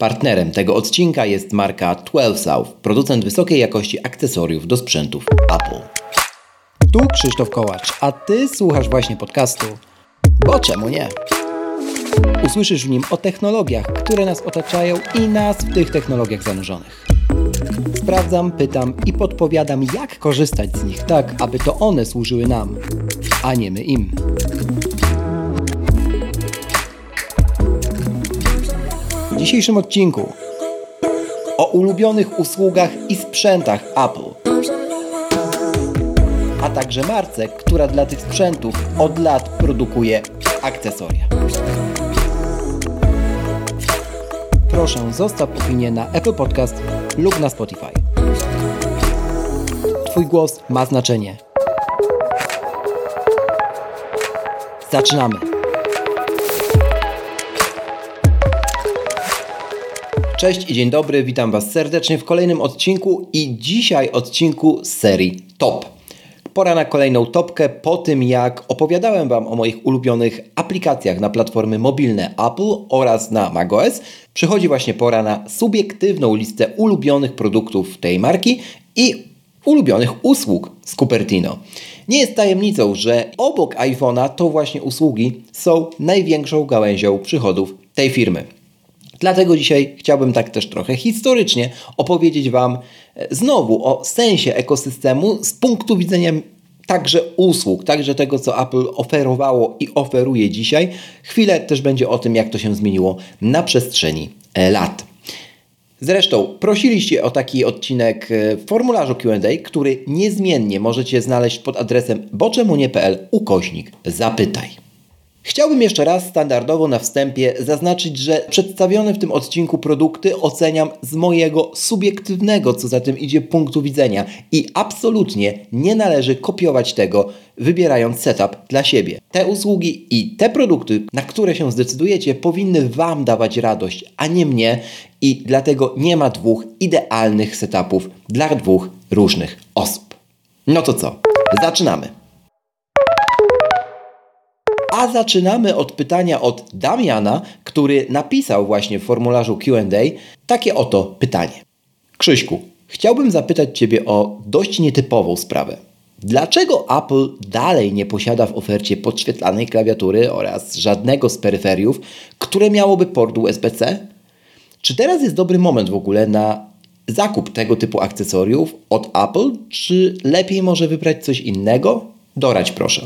Partnerem tego odcinka jest marka 12 South, producent wysokiej jakości akcesoriów do sprzętów Apple. Tu Krzysztof Kołacz, a Ty słuchasz właśnie podcastu, bo czemu nie? Usłyszysz w nim o technologiach, które nas otaczają i nas w tych technologiach zanurzonych. Sprawdzam, pytam i podpowiadam, jak korzystać z nich tak, aby to one służyły nam, a nie my im. W dzisiejszym odcinku o ulubionych usługach i sprzętach Apple, a także marce, która dla tych sprzętów od lat produkuje akcesoria. Proszę, zostaw opinię na Apple Podcast lub na Spotify. Twój głos ma znaczenie. Zaczynamy! Cześć i dzień dobry, witam Was serdecznie w kolejnym odcinku i dzisiaj odcinku z serii Top. Pora na kolejną topkę po tym, jak opowiadałem Wam o moich ulubionych aplikacjach na platformy mobilne Apple oraz na macOS. Przychodzi właśnie pora na subiektywną listę ulubionych produktów tej marki i ulubionych usług z Cupertino. Nie jest tajemnicą, że obok iPhone'a to właśnie usługi są największą gałęzią przychodów tej firmy. Dlatego dzisiaj chciałbym tak też trochę historycznie opowiedzieć Wam znowu o sensie ekosystemu z punktu widzenia także usług, także tego, co Apple oferowało i oferuje dzisiaj. Chwilę też będzie o tym, jak to się zmieniło na przestrzeni lat. Zresztą prosiliście o taki odcinek w formularzu Q&A, który niezmiennie możecie znaleźć pod adresem boczemunie.pl/zapytaj. Chciałbym jeszcze raz standardowo na wstępie zaznaczyć, że przedstawione w tym odcinku produkty oceniam z mojego subiektywnego, co za tym idzie, punktu widzenia i absolutnie nie należy kopiować tego, wybierając setup dla siebie. Te usługi i te produkty, na które się zdecydujecie, powinny Wam dawać radość, a nie mnie, i dlatego nie ma dwóch idealnych setupów dla dwóch różnych osób. No to co? Zaczynamy! A zaczynamy od pytania od Damiana, który napisał właśnie w formularzu Q&A takie oto pytanie. Krzyśku, chciałbym zapytać Ciebie o dość nietypową sprawę. Dlaczego Apple dalej nie posiada w ofercie podświetlanej klawiatury oraz żadnego z peryferiów, które miałoby port USB-C? Czy teraz jest dobry moment w ogóle na zakup tego typu akcesoriów od Apple, czy lepiej może wybrać coś innego? Doradź proszę.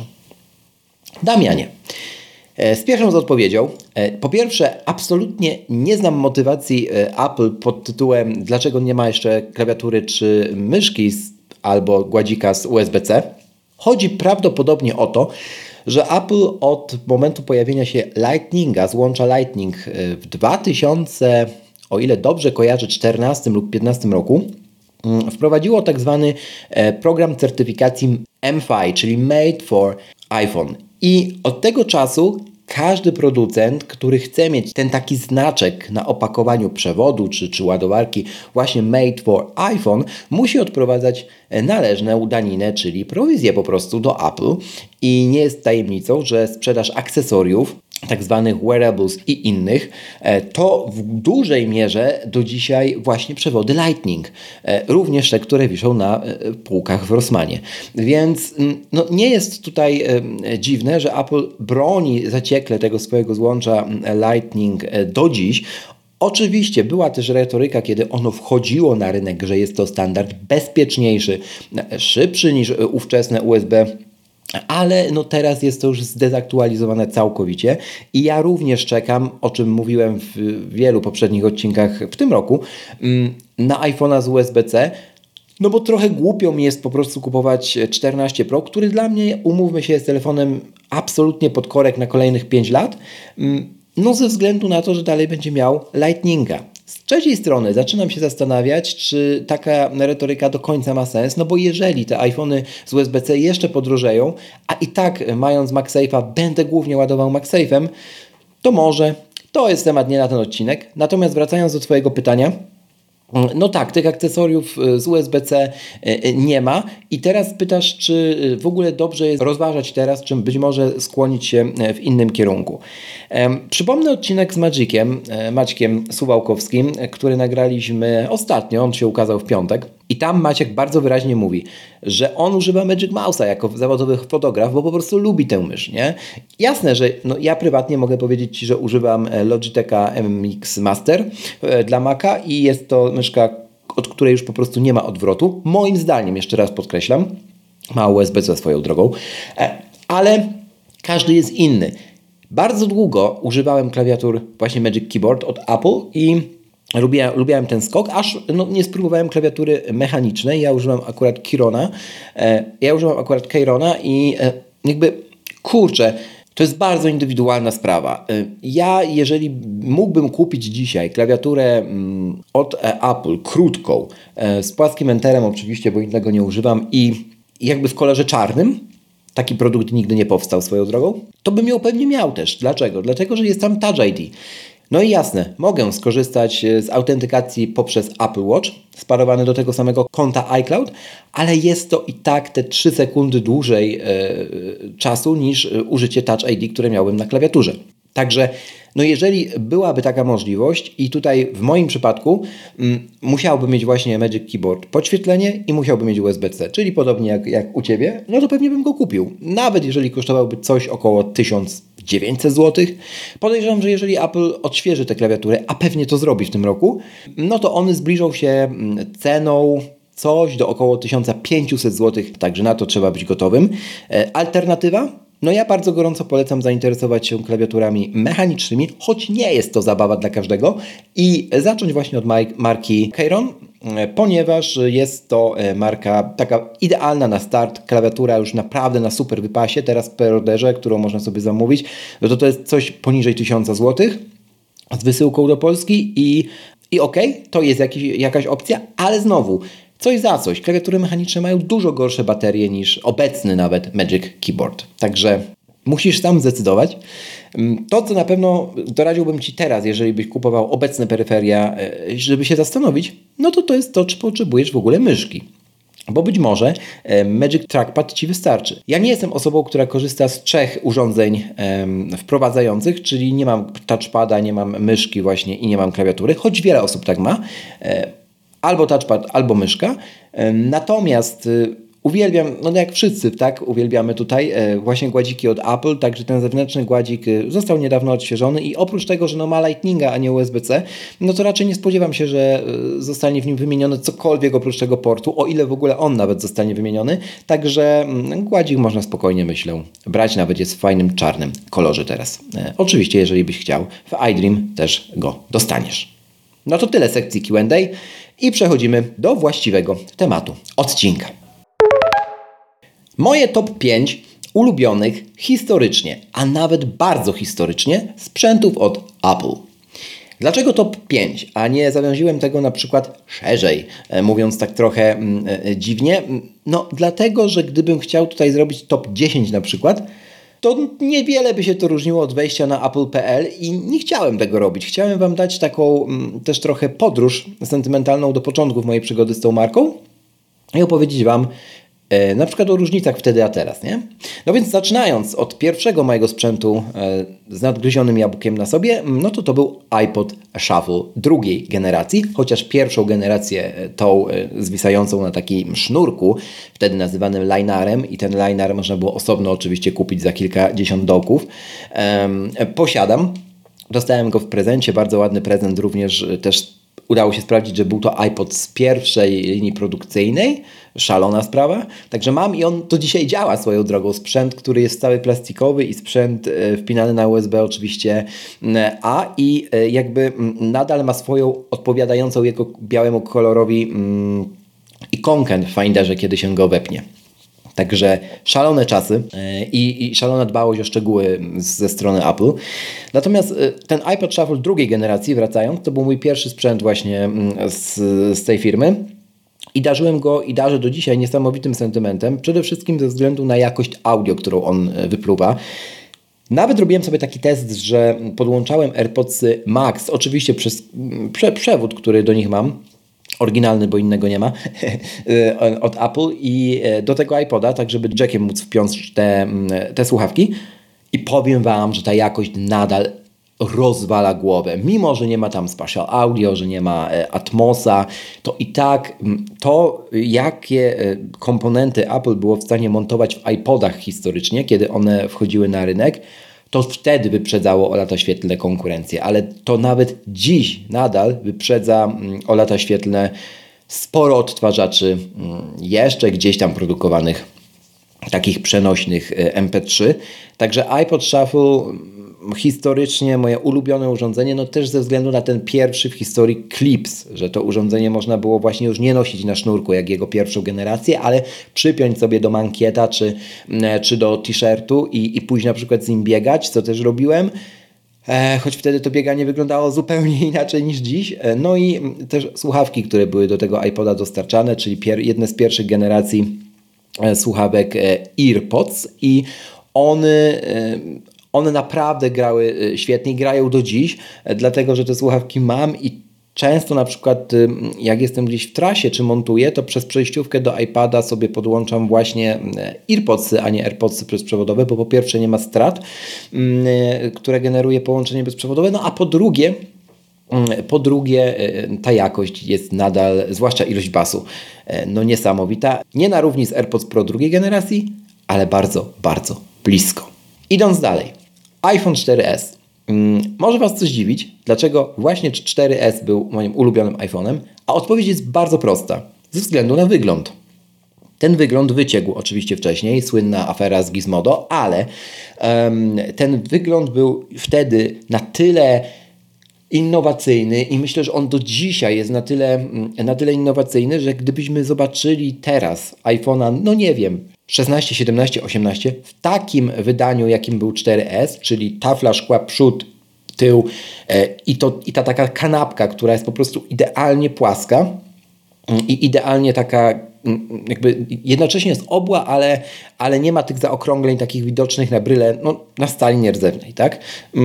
Damianie, spieszam z odpowiedzią. Po pierwsze, absolutnie nie znam motywacji Apple pod tytułem dlaczego nie ma jeszcze klawiatury czy myszki albo gładzika z USB-C. Chodzi prawdopodobnie o to, że Apple od momentu pojawienia się Lightninga, złącza Lightning w 2000, o ile dobrze kojarzę, 2014 lub 2015 roku, wprowadziło tak zwany program certyfikacji MFI, czyli Made for iPhone. I od tego czasu każdy producent, który chce mieć ten taki znaczek na opakowaniu przewodu czy ładowarki właśnie Made for iPhone, musi odprowadzać należną daninę, czyli prowizję po prostu do Apple. I nie jest tajemnicą, że sprzedaż akcesoriów, tak zwanych wearables i innych, to w dużej mierze do dzisiaj właśnie przewody Lightning. Również te, które wiszą na półkach w Rossmanie. Więc nie jest tutaj dziwne, że Apple broni zaciekle tego swojego złącza Lightning do dziś. Oczywiście była też retoryka, kiedy ono wchodziło na rynek, że jest to standard bezpieczniejszy, szybszy niż ówczesne USB, ale teraz jest to już zdezaktualizowane całkowicie i ja również czekam, o czym mówiłem w wielu poprzednich odcinkach w tym roku, na iPhone'a z USB-C, bo trochę głupio mi jest po prostu kupować 14 Pro, który dla mnie, umówmy się, jest telefonem absolutnie pod korek na kolejnych 5 lat, ze względu na to, że dalej będzie miał Lightninga. Z trzeciej strony zaczynam się zastanawiać, czy taka retoryka do końca ma sens, bo jeżeli te iPhony z USB-C jeszcze podrożeją, a i tak mając MagSafe'a będę głównie ładował MagSafe'em, to może to jest temat nie na ten odcinek. Natomiast wracając do Twojego pytania, No tak, tych akcesoriów z USB-C nie ma i teraz pytasz, czy w ogóle dobrze jest rozważać teraz, czy być może skłonić się w innym kierunku. Przypomnę odcinek z Maćkiem Suwałkowskim, który nagraliśmy ostatnio, on się ukazał w piątek i tam Maciek bardzo wyraźnie mówi, że on używa Magic Mouse'a jako zawodowy fotograf, bo po prostu lubi tę mysz, nie? Jasne, że ja prywatnie mogę powiedzieć Ci, że używam Logitecha MX Master dla Maca i jest to myszka, od której już po prostu nie ma odwrotu. Moim zdaniem, jeszcze raz podkreślam, ma USB-C swoją drogą, ale każdy jest inny. Bardzo długo używałem klawiatur właśnie Magic Keyboard od Apple i lubiałem ten skok, aż nie spróbowałem klawiatury mechanicznej. Ja używam akurat Keyrona i jakby kurczę, to jest bardzo indywidualna sprawa. Ja, jeżeli mógłbym kupić dzisiaj klawiaturę od Apple, krótką, z płaskim enterem oczywiście, bo innego nie używam i jakby w kolorze czarnym, taki produkt nigdy nie powstał swoją drogą, to bym ją pewnie miał też. Dlaczego? Dlatego, że jest tam Touch ID. No i jasne, mogę skorzystać z autentykacji poprzez Apple Watch, sparowany do tego samego konta iCloud, ale jest to i tak te 3 sekundy dłużej czasu niż użycie Touch ID, które miałbym na klawiaturze. Także jeżeli byłaby taka możliwość i tutaj w moim przypadku musiałbym mieć właśnie Magic Keyboard podświetlenie i musiałbym mieć USB-C, czyli podobnie jak u Ciebie, no to pewnie bym go kupił. Nawet jeżeli kosztowałby coś około 1900 zł. Podejrzewam, że jeżeli Apple odświeży tę klawiaturę, a pewnie to zrobi w tym roku, no to one zbliżą się ceną coś do około 1500 zł, także na to trzeba być gotowym. Alternatywa? No ja bardzo gorąco polecam zainteresować się klawiaturami mechanicznymi, choć nie jest to zabawa dla każdego i zacząć właśnie od marki Keyron, ponieważ jest to marka taka idealna na start, klawiatura już naprawdę na super wypasie, teraz w preorderze, którą można sobie zamówić, no to jest coś poniżej 1000 zł z wysyłką do Polski i okej, to jest jakaś opcja, ale znowu coś za coś. Klawiatury mechaniczne mają dużo gorsze baterie niż obecny nawet Magic Keyboard. Także musisz sam zdecydować. To, co na pewno doradziłbym Ci teraz, jeżeli byś kupował obecne peryferia, żeby się zastanowić, no to jest to, czy potrzebujesz w ogóle myszki. Bo być może Magic Trackpad Ci wystarczy. Ja nie jestem osobą, która korzysta z 3 urządzeń wprowadzających, czyli nie mam touchpada, nie mam myszki właśnie i nie mam klawiatury, choć wiele osób tak ma. Albo touchpad, albo myszka. Natomiast uwielbiam, jak wszyscy, tak, uwielbiamy tutaj właśnie gładziki od Apple, także ten zewnętrzny gładzik został niedawno odświeżony i oprócz tego, że ma Lightninga, a nie USB-C, no to raczej nie spodziewam się, że zostanie w nim wymienione cokolwiek oprócz tego portu, o ile w ogóle on nawet zostanie wymieniony, także gładzik można spokojnie, myślę, brać, nawet jest w fajnym czarnym kolorze teraz. Oczywiście, jeżeli byś chciał, w iDream też go dostaniesz. No to tyle sekcji Q&A i przechodzimy do właściwego tematu odcinka. Moje top 5 ulubionych historycznie, a nawet bardzo historycznie sprzętów od Apple. Dlaczego top 5, a nie zawiąziłem tego na przykład szerzej, mówiąc tak trochę dziwnie? No dlatego, że gdybym chciał tutaj zrobić top 10 na przykład, to niewiele by się to różniło od wejścia na apple.pl i nie chciałem tego robić. Chciałem Wam dać taką też trochę podróż sentymentalną do początków mojej przygody z tą marką i opowiedzieć Wam na przykład o różnicach wtedy a teraz, nie? No więc zaczynając od pierwszego mojego sprzętu z nadgryzionym jabłkiem na sobie, no to był iPod Shuffle drugiej generacji, chociaż pierwszą generację tą zwisającą na takim sznurku, wtedy nazywanym linearem i ten linear można było osobno oczywiście kupić za kilkadziesiąt dołków. Posiadam. Dostałem go w prezencie, bardzo ładny prezent również też. Udało się sprawdzić, że był to iPod z pierwszej linii produkcyjnej. Szalona sprawa. Także mam i on do dzisiaj działa swoją drogą. Sprzęt, który jest cały plastikowy i sprzęt wpinany na USB oczywiście A i jakby nadal ma swoją odpowiadającą jego białemu kolorowi ikonkę w Finderze, kiedy się go wepnie. Także szalone czasy i szalona dbałość o szczegóły ze strony Apple. Natomiast ten iPod Shuffle drugiej generacji, wracając, to był mój pierwszy sprzęt właśnie z tej firmy. I darzyłem go i darzę do dzisiaj niesamowitym sentymentem. Przede wszystkim ze względu na jakość audio, którą on wypluwa. Nawet robiłem sobie taki test, że podłączałem AirPodsy Max, oczywiście przez przewód, który do nich mam. oryginalny, bo innego nie ma, od Apple i do tego iPoda, tak żeby jackiem móc wpiąć te słuchawki. I powiem Wam, że ta jakość nadal rozwala głowę. Mimo że nie ma tam spatial audio, że nie ma Atmosa, to i tak to, jakie komponenty Apple było w stanie montować w iPodach historycznie, kiedy one wchodziły na rynek, to wtedy wyprzedzało o lata świetlne konkurencję. Ale to nawet dziś nadal wyprzedza o lata świetlne sporo odtwarzaczy jeszcze gdzieś tam produkowanych, takich przenośnych MP3. Także iPod Shuffle historycznie moje ulubione urządzenie, no też ze względu na ten pierwszy w historii Clips, że to urządzenie można było właśnie już nie nosić na sznurku jak jego pierwszą generację, ale przypiąć sobie do mankieta czy do t-shirtu i później na przykład z nim biegać, co też robiłem. Choć wtedy to bieganie wyglądało zupełnie inaczej niż dziś. No i też słuchawki, które były do tego iPoda dostarczane, czyli jedne z pierwszych generacji słuchawek AirPods i one naprawdę grały świetnie, grają do dziś, dlatego że te słuchawki mam i często na przykład jak jestem gdzieś w trasie czy montuję, to przez przejściówkę do iPada sobie podłączam właśnie AirPodsy, a nie AirPodsy bezprzewodowe, bo po pierwsze nie ma strat, które generuje połączenie bezprzewodowe, no a po drugie ta jakość jest nadal, zwłaszcza ilość basu, no niesamowita. Nie na równi z AirPods Pro drugiej generacji, ale bardzo, bardzo blisko. Idąc dalej, iPhone 4S. Może Was coś dziwić, dlaczego właśnie 4S był moim ulubionym iPhone'em, a odpowiedź jest bardzo prosta, ze względu na wygląd. Ten wygląd wyciekł oczywiście wcześniej, słynna afera z Gizmodo, ale ten wygląd był wtedy na tyle innowacyjny i myślę, że on do dzisiaj jest na tyle innowacyjny, że gdybyśmy zobaczyli teraz iPhone'a, no nie wiem, 16, 17, 18 w takim wydaniu, jakim był 4S, czyli tafla szkła przód, tył i ta taka kanapka, która jest po prostu idealnie płaska i idealnie taka jakby jednocześnie jest obła, ale nie ma tych zaokrągleń takich widocznych na bryle, no, na stali nierdzewnej, tak?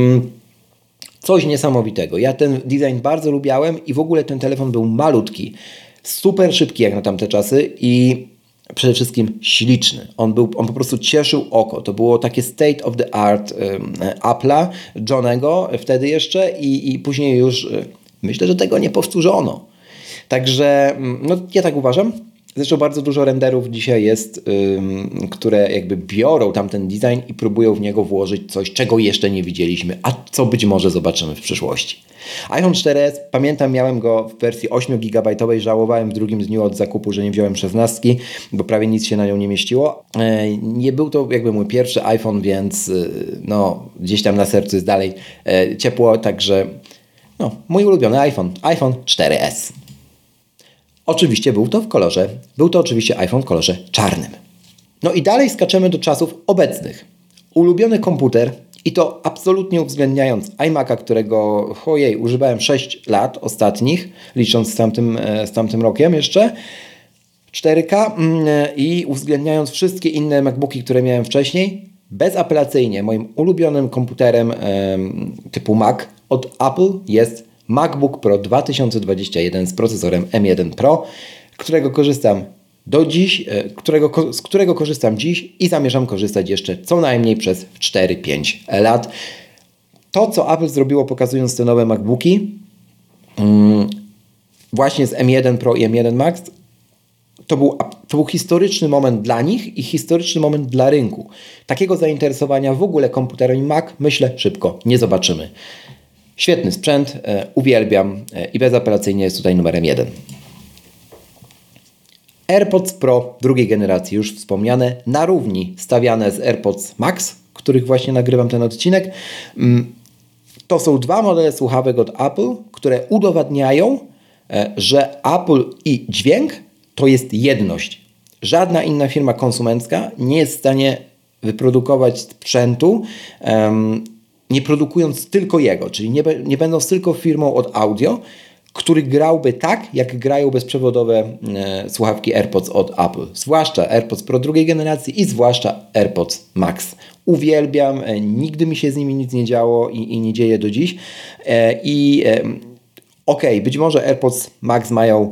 Coś niesamowitego. Ja ten design bardzo lubiałem i w ogóle ten telefon był malutki, super szybki jak na tamte czasy i przede wszystkim śliczny. On po prostu cieszył oko. To było takie state of the art Apple'a, Johnego wtedy jeszcze i później już myślę, że tego nie powtórzono. Także no, ja tak uważam. Zresztą bardzo dużo renderów dzisiaj jest, które jakby biorą tamten design i próbują w niego włożyć coś, czego jeszcze nie widzieliśmy, a co być może zobaczymy w przyszłości. iPhone 4S, pamiętam, miałem go w wersji 8 GB, żałowałem w drugim dniu od zakupu, że nie wziąłem 16, bo prawie nic się na nią nie mieściło. Nie był to jakby mój pierwszy iPhone, więc no, gdzieś tam na sercu jest dalej ciepło, także no, mój ulubiony iPhone 4S. Oczywiście był to oczywiście iPhone w kolorze czarnym. No i dalej skaczemy do czasów obecnych. Ulubiony komputer i to absolutnie uwzględniając iMac'a, którego używałem 6 lat ostatnich, licząc z tamtym rokiem jeszcze, 4K i uwzględniając wszystkie inne MacBooki, które miałem wcześniej, bezapelacyjnie moim ulubionym komputerem typu Mac od Apple jest MacBook Pro 2021 z procesorem M1 Pro, którego korzystam do dziś, z którego korzystam dziś i zamierzam korzystać jeszcze co najmniej przez 4-5 lat. To, co Apple zrobiło, pokazując te nowe MacBooki, właśnie z M1 Pro i M1 Max, to był historyczny moment dla nich i historyczny moment dla rynku. Takiego zainteresowania w ogóle komputerami Mac, myślę, szybko nie zobaczymy. Świetny sprzęt, uwielbiam i bezapelacyjnie jest tutaj numerem 1. AirPods Pro drugiej generacji, już wspomniane, na równi stawiane z AirPods Max, których właśnie nagrywam ten odcinek. To są dwa modele słuchawek od Apple, które udowadniają, że Apple i dźwięk to jest jedność. Żadna inna firma konsumencka nie jest w stanie wyprodukować sprzętu, nie produkując tylko jego, czyli nie będąc tylko firmą od audio, który grałby tak, jak grają bezprzewodowe słuchawki AirPods od Apple. Zwłaszcza AirPods Pro drugiej generacji i zwłaszcza AirPods Max. Uwielbiam, nigdy mi się z nimi nic nie działo i nie dzieje do dziś. Być może AirPods Max mają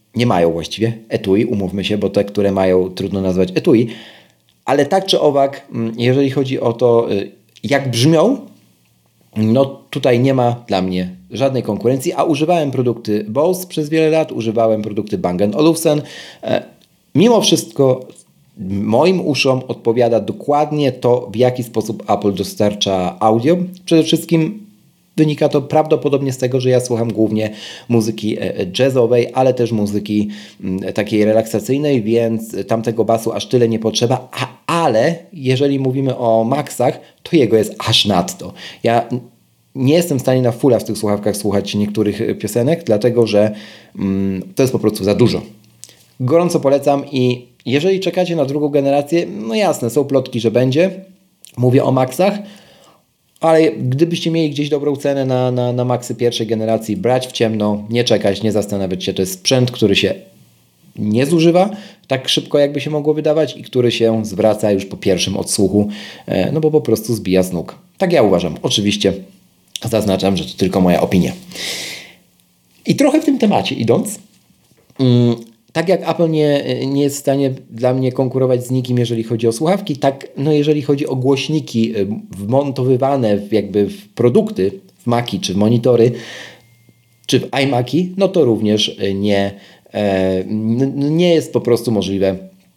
nie mają właściwie etui, umówmy się, bo te, które mają, trudno nazwać etui, ale tak czy owak, jeżeli chodzi o to, jak brzmią, no tutaj nie ma dla mnie żadnej konkurencji, a używałem produkty Bose przez wiele lat, używałem produkty Bang & Olufsen. Mimo wszystko moim uszom odpowiada dokładnie to, w jaki sposób Apple dostarcza audio. Przede wszystkim wynika to prawdopodobnie z tego, że ja słucham głównie muzyki jazzowej, ale też muzyki takiej relaksacyjnej, więc tamtego basu aż tyle nie potrzeba, ale jeżeli mówimy o Maxach, to jego jest aż nadto. Ja nie jestem w stanie na fulla w tych słuchawkach słuchać niektórych piosenek, dlatego że to jest po prostu za dużo. Gorąco polecam i jeżeli czekacie na drugą generację, no jasne, są plotki, że będzie. Mówię o Maxach, ale gdybyście mieli gdzieś dobrą cenę na Maxy pierwszej generacji, brać w ciemno, nie czekać, nie zastanawiać się. To jest sprzęt, który się nie zużywa tak szybko, jakby się mogło wydawać i który się zwraca już po pierwszym odsłuchu, no bo po prostu zbija z nóg. Tak ja uważam. Oczywiście zaznaczam, że to tylko moja opinia. I trochę w tym temacie idąc, tak jak Apple nie jest w stanie dla mnie konkurować z nikim, jeżeli chodzi o słuchawki, tak jeżeli chodzi o głośniki wmontowywane w produkty, w Maci czy w monitory, czy w iMaci, no to również nie jest po prostu możliwe,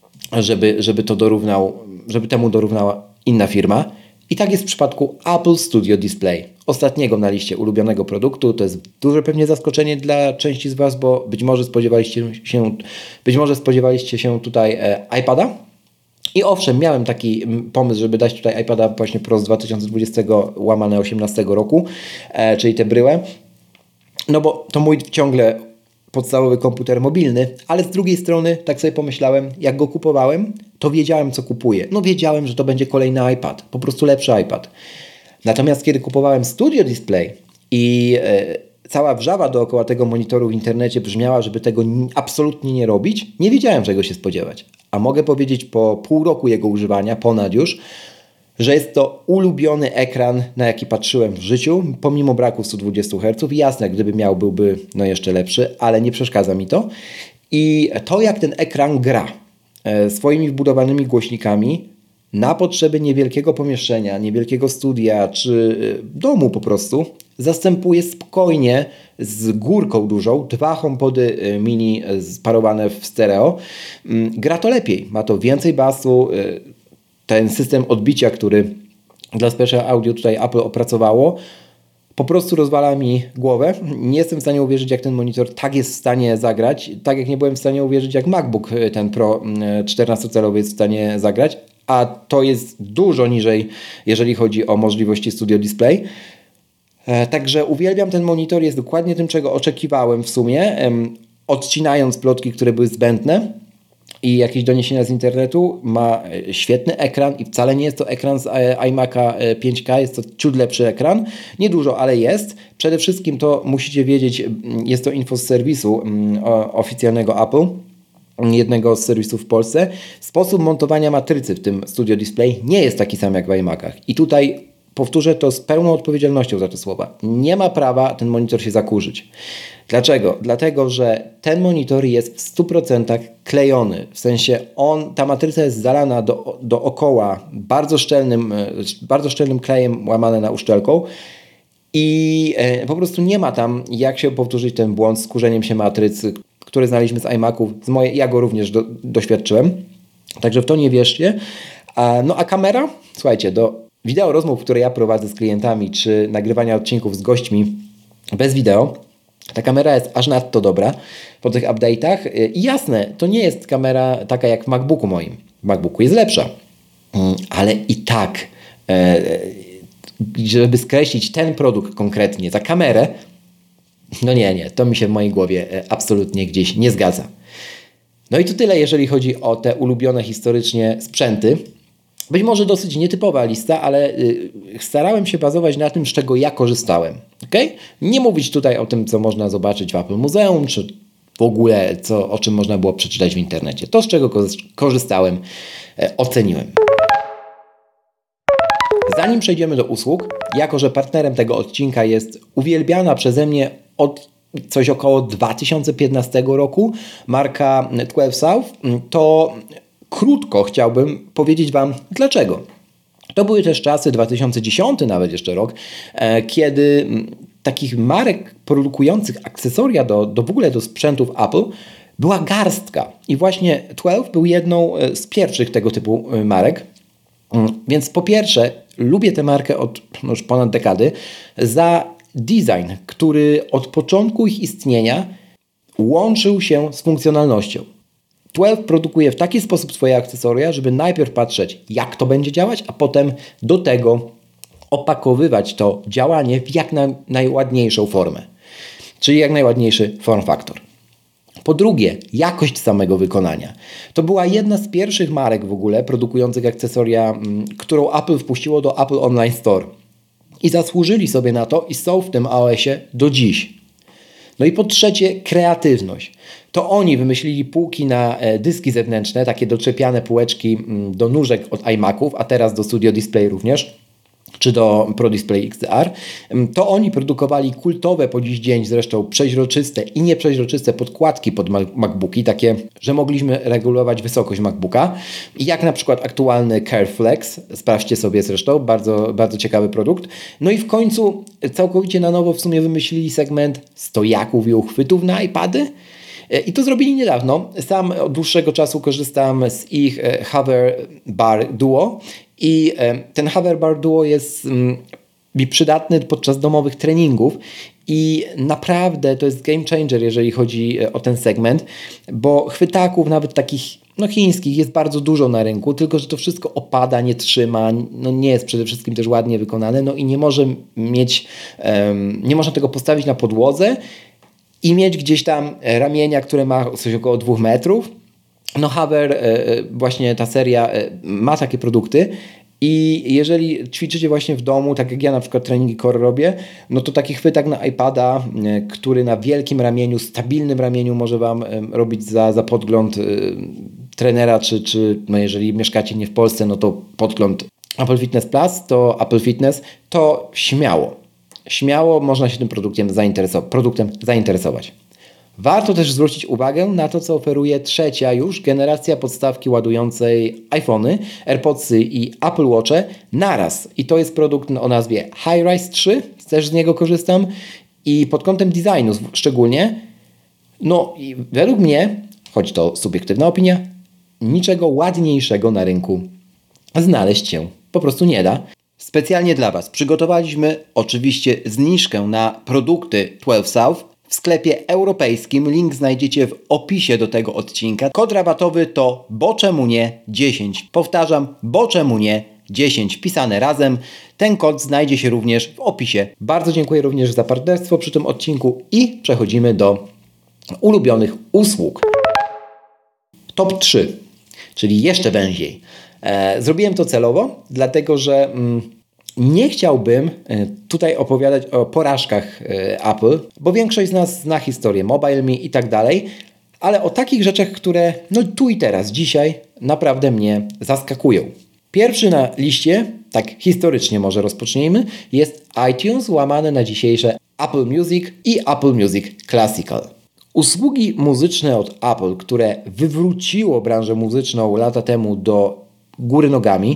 żeby temu dorównała inna firma. I tak jest w przypadku Apple Studio Display, ostatniego na liście ulubionego produktu. To jest duże pewnie zaskoczenie dla części z Was, bo być może spodziewaliście się tutaj iPada. I owszem, miałem taki pomysł, żeby dać tutaj iPada właśnie Pro z 2020/18 roku, czyli tę bryłę. No bo to mój ciągle podstawowy komputer mobilny, ale z drugiej strony tak sobie pomyślałem, jak go kupowałem, to wiedziałem, co kupuję. No wiedziałem, że to będzie kolejny iPad, po prostu lepszy iPad. Natomiast kiedy kupowałem Studio Display i cała wrzawa dookoła tego monitoru w internecie brzmiała, żeby tego absolutnie nie robić, nie wiedziałem, czego się spodziewać. A mogę powiedzieć po pół roku jego używania, ponad już, że jest to ulubiony ekran, na jaki patrzyłem w życiu, pomimo braku 120 Hz. Jasne, gdyby miał, byłby jeszcze lepszy, ale nie przeszkadza mi to. I to, jak ten ekran gra swoimi wbudowanymi głośnikami na potrzeby niewielkiego pomieszczenia, niewielkiego studia czy domu po prostu, zastępuje spokojnie z górką dużą 2 HomePody mini sparowane w stereo. Gra to lepiej, ma to więcej basu. Ten system odbicia, który dla Special Audio tutaj Apple opracowało, po prostu rozwala mi głowę. Nie jestem w stanie uwierzyć, jak ten monitor tak jest w stanie zagrać, tak jak nie byłem w stanie uwierzyć, jak MacBook ten Pro 14-calowy jest w stanie zagrać, a to jest dużo niżej, jeżeli chodzi o możliwości Studio Display. Także uwielbiam ten monitor, jest dokładnie tym, czego oczekiwałem w sumie, odcinając plotki, które były zbędne i jakieś doniesienia z internetu. Ma świetny ekran i wcale nie jest to ekran z iMac'a 5K, jest to ciut lepszy ekran. Niedużo, ale jest. Przede wszystkim to musicie wiedzieć, jest to info z serwisu oficjalnego Apple, jednego z serwisów w Polsce. Sposób montowania matrycy w tym Studio Display nie jest taki sam jak w iMac'ach. I tutaj powtórzę to z pełną odpowiedzialnością za te słowa. Nie ma prawa ten monitor się zakurzyć. Dlaczego? Dlatego, że ten monitor jest w 100% klejony. W sensie ta matryca jest zalana dookoła bardzo szczelnym klejem łamane na uszczelką i po prostu nie ma tam jak się powtórzyć ten błąd z kurzeniem się matrycy, który znaliśmy z iMaców. Ja go również doświadczyłem. Także w to nie wierzcie. A kamera? Słuchajcie, do wideo rozmów, które ja prowadzę z klientami, czy nagrywania odcinków z gośćmi bez wideo, ta kamera jest aż nadto dobra po tych update'ach. I jasne, to nie jest kamera taka jak w MacBooku moim. W MacBooku jest lepsza. Ale i tak, żeby skreślić ten produkt konkretnie za kamerę, no nie, to mi się w mojej głowie absolutnie gdzieś nie zgadza. No i to tyle, jeżeli chodzi o te ulubione historycznie sprzęty. Być może dosyć nietypowa lista, ale starałem się bazować na tym, z czego ja korzystałem. Okay? Nie mówić tutaj o tym, co można zobaczyć w Apple Muzeum, czy w ogóle o czym można było przeczytać w internecie. To, z czego korzystałem, oceniłem. Zanim przejdziemy do usług, jako że partnerem tego odcinka jest uwielbiana przeze mnie od coś około 2015 roku, marka 12 South, to krótko chciałbym powiedzieć Wam dlaczego. To były też czasy, 2010 nawet jeszcze rok, kiedy takich marek produkujących akcesoria w ogóle do sprzętów Apple była garstka. I właśnie 12 był jedną z pierwszych tego typu marek. Więc po pierwsze, lubię tę markę od już ponad dekady za design, który od początku ich istnienia łączył się z funkcjonalnością. 12 produkuje w taki sposób swoje akcesoria, żeby najpierw patrzeć, jak to będzie działać, a potem do tego opakowywać to działanie w jak najładniejszą formę, czyli jak najładniejszy form factor. Po drugie, jakość samego wykonania. To była jedna z pierwszych marek w ogóle produkujących akcesoria, którą Apple wpuściło do Apple Online Store. I zasłużyli sobie na to i są w tym iOSie do dziś. No i po trzecie, kreatywność. To oni wymyślili półki na dyski zewnętrzne, takie doczepiane półeczki do nóżek od iMaców, a teraz do Studio Display również, czy do Pro Display XDR. To oni produkowali kultowe po dziś dzień zresztą przeźroczyste i nieprzeźroczyste podkładki pod MacBooki, takie, że mogliśmy regulować wysokość MacBooka. Jak na przykład aktualny CurveFlex, sprawdźcie sobie zresztą, bardzo, bardzo ciekawy produkt. No i w końcu całkowicie na nowo w sumie wymyślili segment stojaków i uchwytów na iPady. I to zrobili niedawno. Sam od dłuższego czasu korzystam z ich Hover Bar Duo i ten Hover Bar Duo jest mi przydatny podczas domowych treningów i naprawdę to jest game changer, jeżeli chodzi o ten segment, bo chwytaków nawet takich chińskich jest bardzo dużo na rynku, tylko że to wszystko opada, nie trzyma, nie jest przede wszystkim też ładnie wykonane, i nie może nie można tego postawić na podłodze i mieć gdzieś tam ramienia, które ma coś około 2 metrów. Hover, właśnie ta seria ma takie produkty i jeżeli ćwiczycie właśnie w domu, tak jak ja na przykład treningi core robię, to taki chwytak na iPada, który na wielkim ramieniu, stabilnym ramieniu może Wam robić za podgląd trenera, czy jeżeli mieszkacie nie w Polsce, to podgląd Apple Fitness Plus, to Apple Fitness, to śmiało można się tym produktem zainteresować. Warto też zwrócić uwagę na to, co oferuje trzecia już generacja podstawki ładującej iPhony, AirPodsy i Apple Watche naraz. I to jest produkt o nazwie Hi-Rise 3, też z niego korzystam i pod kątem designu szczególnie, i według mnie, choć to subiektywna opinia, niczego ładniejszego na rynku znaleźć się po prostu nie da. Specjalnie dla Was przygotowaliśmy oczywiście zniżkę na produkty 12 South w sklepie europejskim. Link znajdziecie w opisie do tego odcinka. Kod rabatowy to bo czemu nie 10. Powtarzam, bo czemu nie 10 pisane razem. Ten kod znajdzie się również w opisie. Bardzo dziękuję również za partnerstwo przy tym odcinku i przechodzimy do ulubionych usług. Top 3, czyli jeszcze węziej. Zrobiłem to celowo, dlatego że nie chciałbym tutaj opowiadać o porażkach Apple, bo większość z nas zna historię MobileMe i tak dalej, ale o takich rzeczach, które tu i teraz, dzisiaj naprawdę mnie zaskakują. Pierwszy na liście, tak historycznie może rozpocznijmy, jest iTunes łamane na dzisiejsze Apple Music i Apple Music Classical. Usługi muzyczne od Apple, które wywróciło branżę muzyczną lata temu do góry nogami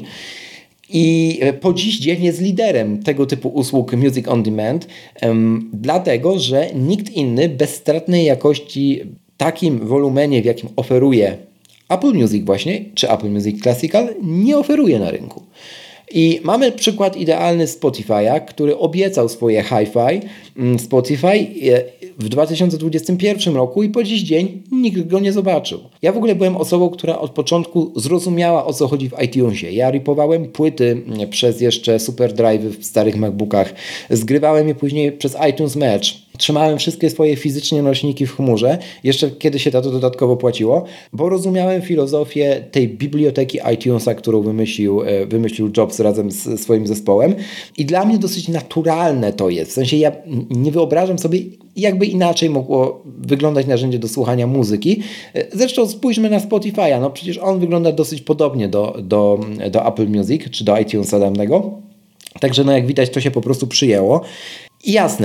i po dziś dzień jest liderem tego typu usług Music on Demand, dlatego że nikt inny bezstratnej jakości takim wolumenie, w jakim oferuje Apple Music właśnie, czy Apple Music Classical, nie oferuje na rynku. I mamy przykład idealny Spotify'a, który obiecał swoje hi-fi Spotify w 2021 roku i po dziś dzień nikt go nie zobaczył. Ja w ogóle byłem osobą, która od początku zrozumiała, o co chodzi w iTunesie. Ja ripowałem płyty przez jeszcze super drive'y w starych MacBookach, zgrywałem je później przez iTunes Match, trzymałem wszystkie swoje fizycznie nośniki w chmurze, jeszcze kiedy się to dodatkowo płaciło, bo rozumiałem filozofię tej biblioteki iTunesa, którą wymyślił Jobs razem z swoim zespołem i dla mnie dosyć naturalne to jest. W sensie ja nie wyobrażam sobie, jakby inaczej mogło wyglądać narzędzie do słuchania muzyki. Zresztą spójrzmy na Spotify'a, przecież on wygląda dosyć podobnie do Apple Music, czy do iTunesa danego. Także jak widać, to się po prostu przyjęło. I jasne,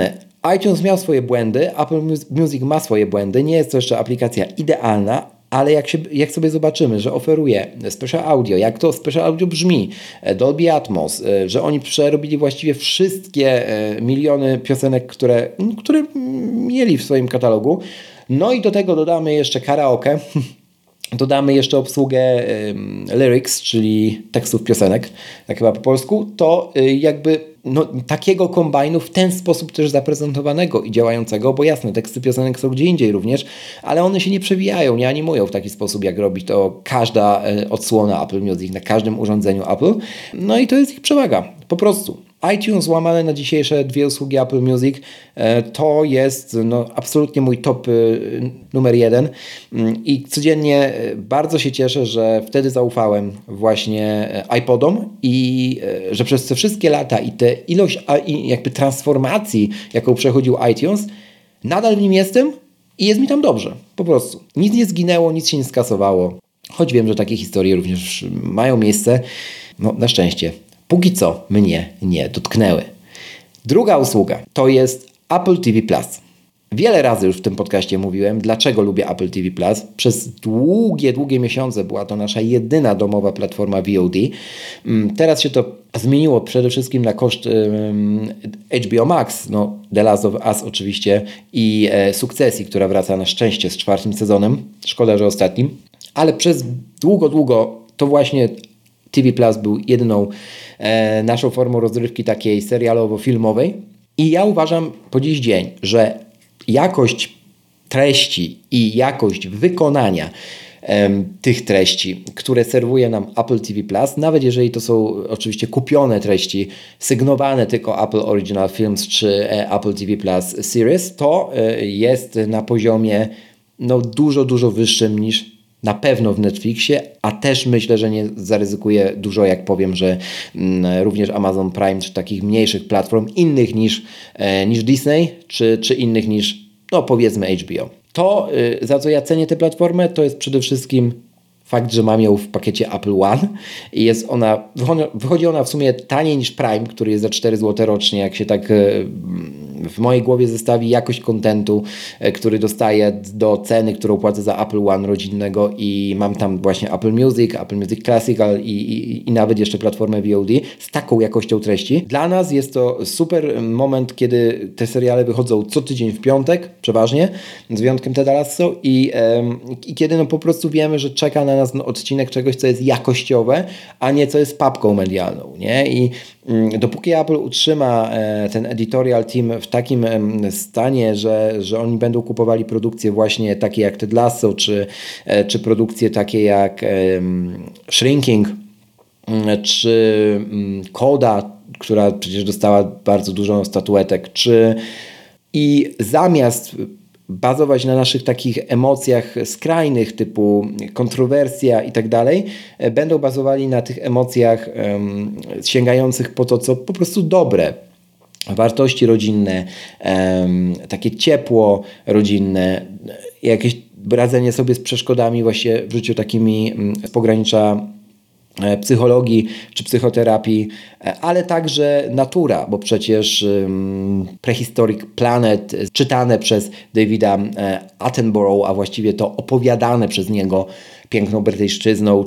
iTunes miał swoje błędy, Apple Music ma swoje błędy, nie jest to jeszcze aplikacja idealna, ale jak sobie zobaczymy, że oferuje Special Audio, jak to Special Audio brzmi, Dolby Atmos, że oni przerobili właściwie wszystkie miliony piosenek, które mieli w swoim katalogu, no i do tego dodamy jeszcze karaoke, dodamy jeszcze obsługę lyrics, czyli tekstów piosenek, tak chyba po polsku, to takiego kombajnu w ten sposób też zaprezentowanego i działającego, bo jasne, teksty piosenek są gdzie indziej również, ale one się nie przewijają, nie animują w taki sposób, jak robi to każda odsłona Apple Music na każdym urządzeniu Apple. No i to jest ich przewaga, po prostu. iTunes łamane na dzisiejsze dwie usługi Apple Music to jest absolutnie mój top numer 1 i codziennie bardzo się cieszę, że wtedy zaufałem właśnie iPodom i że przez te wszystkie lata i tę ilość jakby transformacji, jaką przechodził iTunes, nadal w nim jestem i jest mi tam dobrze, po prostu. Nic nie zginęło, nic się nie skasowało, choć wiem, że takie historie również mają miejsce, na szczęście. Póki co mnie nie dotknęły. Druga usługa to jest Apple TV+. Wiele razy już w tym podcaście mówiłem, dlaczego lubię Apple TV+. Przez długie miesiące była to nasza jedyna domowa platforma VOD. Teraz się to zmieniło przede wszystkim na koszt HBO Max, The Last of Us oczywiście i Sukcesji, która wraca na szczęście z 4. sezonem. Szkoda, że ostatnim. Ale przez długo to właśnie TV Plus był jedyną naszą formą rozrywki takiej serialowo-filmowej i ja uważam po dziś dzień, że jakość treści i jakość wykonania tych treści, które serwuje nam Apple TV Plus, nawet jeżeli to są oczywiście kupione treści, sygnowane tylko Apple Original Films czy Apple TV Plus Series, to jest na poziomie dużo wyższym niż na pewno w Netflixie, a też myślę, że nie zaryzykuję dużo, jak powiem, że również Amazon Prime, czy takich mniejszych platform, innych niż Disney, czy innych niż, powiedzmy HBO. To, za co ja cenię tę platformę, to jest przede wszystkim fakt, że mam ją w pakiecie Apple One i wychodzi ona w sumie taniej niż Prime, który jest za 4 zł rocznie, jak się tak w mojej głowie zestawi jakość kontentu, który dostaję do ceny, którą płacę za Apple One rodzinnego i mam tam właśnie Apple Music Classical i nawet jeszcze platformę VOD z taką jakością treści. Dla nas jest to super moment, kiedy te seriale wychodzą co tydzień w piątek, przeważnie, z wyjątkiem Ted Lasso i kiedy po prostu wiemy, że czeka na nas odcinek czegoś, co jest jakościowe, a nie co jest papką medialną, nie? I dopóki Apple utrzyma ten editorial team w takim stanie, że oni będą kupowali produkcje właśnie takie jak Ted Lasso, czy produkcje takie jak Shrinking, czy Coda, która przecież dostała bardzo dużo statuetek, i zamiast bazować na naszych takich emocjach skrajnych typu kontrowersja i tak dalej, będą bazowali na tych emocjach sięgających po to, co po prostu dobre. Wartości rodzinne, takie ciepło rodzinne, jakieś radzenie sobie z przeszkodami właśnie w życiu takimi z pogranicza psychologii czy psychoterapii, ale także natura, bo przecież Prehistoric Planet, czytane przez Davida Attenborough, a właściwie to opowiadane przez niego Piękną Brytyjszczyzną,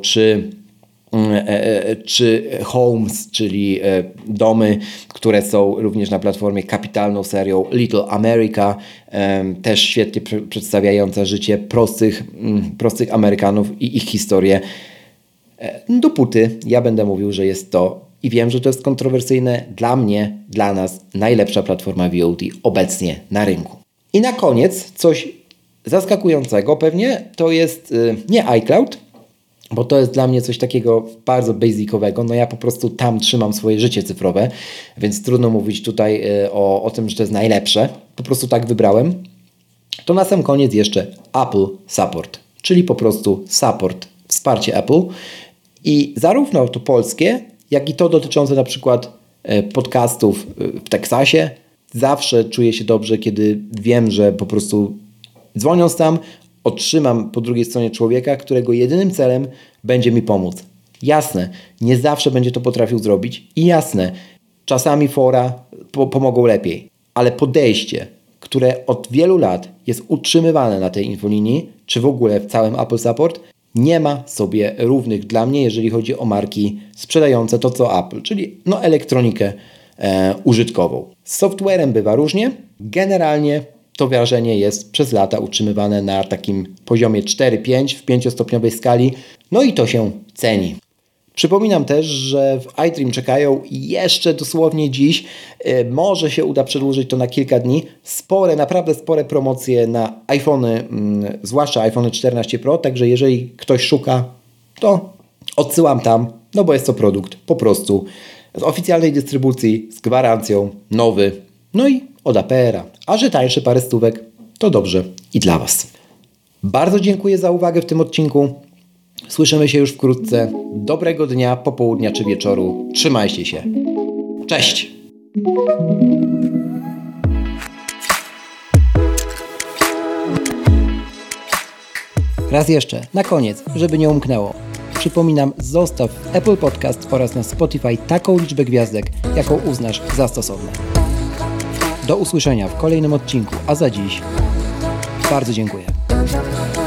czy Homes, czyli domy, które są również na platformie kapitalną serią Little America, też świetnie przedstawiająca życie prostych Amerykanów i ich historię. Dopóty ja będę mówił, że jest to i wiem, że to jest kontrowersyjne, dla mnie, dla nas najlepsza platforma VOD obecnie na rynku. I na koniec coś zaskakującego pewnie, to jest nie iCloud, bo to jest dla mnie coś takiego bardzo basicowego. Ja po prostu tam trzymam swoje życie cyfrowe, więc trudno mówić tutaj o tym, że to jest najlepsze. Po prostu tak wybrałem. To na sam koniec jeszcze Apple Support, czyli po prostu support, wsparcie Apple i zarówno to polskie, jak i to dotyczące na przykład podcastów w Teksasie. Zawsze czuję się dobrze, kiedy wiem, że po prostu dzwoniąc tam, otrzymam po drugiej stronie człowieka, którego jedynym celem będzie mi pomóc. Jasne, nie zawsze będzie to potrafił zrobić i jasne, czasami fora pomogą lepiej. ale podejście, które od wielu lat jest utrzymywane na tej infolinii, czy w ogóle w całym Apple Support, nie ma sobie równych dla mnie, jeżeli chodzi o marki sprzedające to, co Apple, czyli elektronikę użytkową. Z softwarem bywa różnie. Generalnie to wrażenie jest przez lata utrzymywane na takim poziomie 4-5 w 5-stopniowej skali, i to się ceni. Przypominam też, że w iDream czekają jeszcze dosłownie dziś, może się uda przedłużyć to na kilka dni, naprawdę spore promocje na iPhony, zwłaszcza iPhone 14 Pro, także jeżeli ktoś szuka, to odsyłam tam, bo jest to produkt po prostu z oficjalnej dystrybucji, z gwarancją, nowy, i od APR-a. A że tańszy parę stówek, to dobrze i dla Was. Bardzo dziękuję za uwagę w tym odcinku. Słyszymy się już wkrótce. Dobrego dnia, popołudnia czy wieczoru. Trzymajcie się. Cześć! Raz jeszcze, na koniec, żeby nie umknęło. Przypominam, zostaw w Apple Podcast oraz na Spotify taką liczbę gwiazdek, jaką uznasz za stosowne. Do usłyszenia w kolejnym odcinku, a za dziś bardzo dziękuję.